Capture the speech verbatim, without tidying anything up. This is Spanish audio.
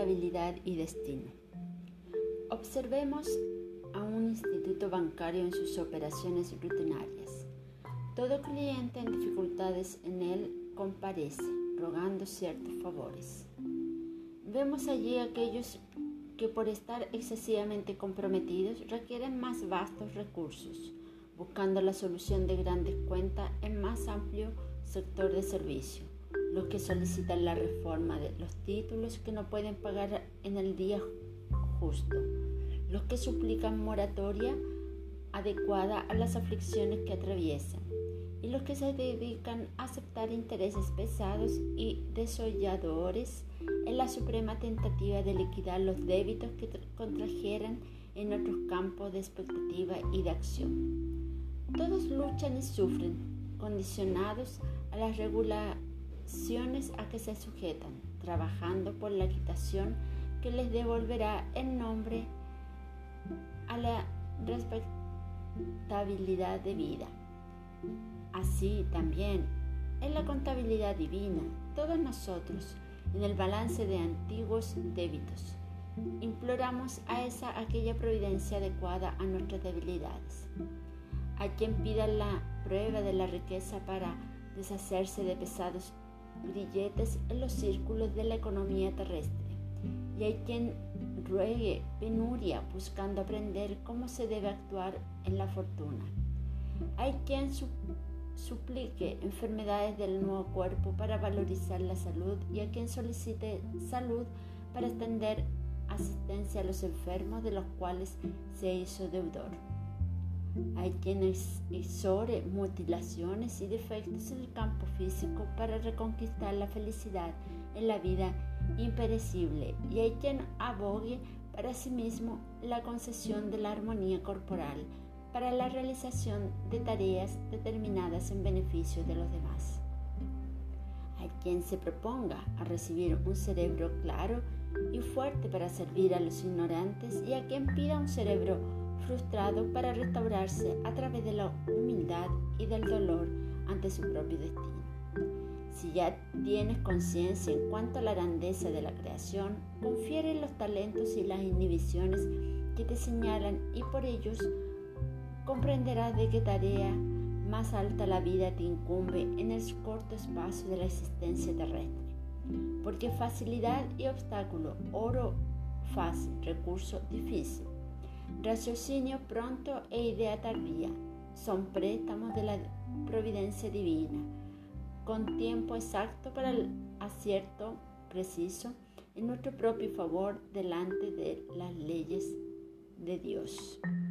contabilidad y destino. Observemos a un instituto bancario en sus operaciones rutinarias. Todo cliente en dificultades en él comparece, rogando ciertos favores. Vemos allí aquellos que por estar excesivamente comprometidos requieren más vastos recursos, buscando la solución de grandes cuentas en más amplio sector de servicio. Los que solicitan la reforma de los títulos que no pueden pagar en el día justo. Los que suplican moratoria adecuada a las aflicciones que atraviesan. Y los que se dedican a aceptar intereses pesados y desolladores en la suprema tentativa de liquidar los débitos que contrajeran en otros campos de expectativa y de acción. Todos luchan y sufren, condicionados a las regulaciones a que se sujetan, trabajando por la quitación que les devolverá el nombre a la respetabilidad de vida. Así también, en la contabilidad divina, todos nosotros, en el balance de antiguos débitos, imploramos a esa aquella providencia adecuada a nuestras debilidades. Hay quien pida la prueba de la riqueza para deshacerse de pesados grilletes en los círculos de la economía terrestre, y hay quien ruegue penuria buscando aprender cómo se debe actuar en la fortuna. Hay quien su- suplique enfermedades del nuevo cuerpo para valorizar la salud y a quien solicite salud para extender asistencia a los enfermos de los cuales se hizo deudor. Hay quien exhore mutilaciones y defectos en el campo físico para reconquistar la felicidad en la vida imperecible, y hay quien abogue para sí mismo la concesión de la armonía corporal para la realización de tareas determinadas en beneficio de los demás. Hay quien se proponga a recibir un cerebro claro y fuerte para servir a los ignorantes, y a quien pida un cerebro frustrado para restaurarse a través de la humildad y del dolor ante su propio destino. Si ya tienes conciencia en cuanto a la grandeza de la creación, confiere los talentos y las inhibiciones que te señalan, y por ellos comprenderás de qué tarea más alta la vida te incumbe en el corto espacio de la existencia terrestre. Porque facilidad y obstáculo, oro fácil, recurso difícil, raciocinio pronto e idea tardía, son préstamos de la providencia divina, con tiempo exacto para el acierto preciso en nuestro propio favor delante de las leyes de Dios.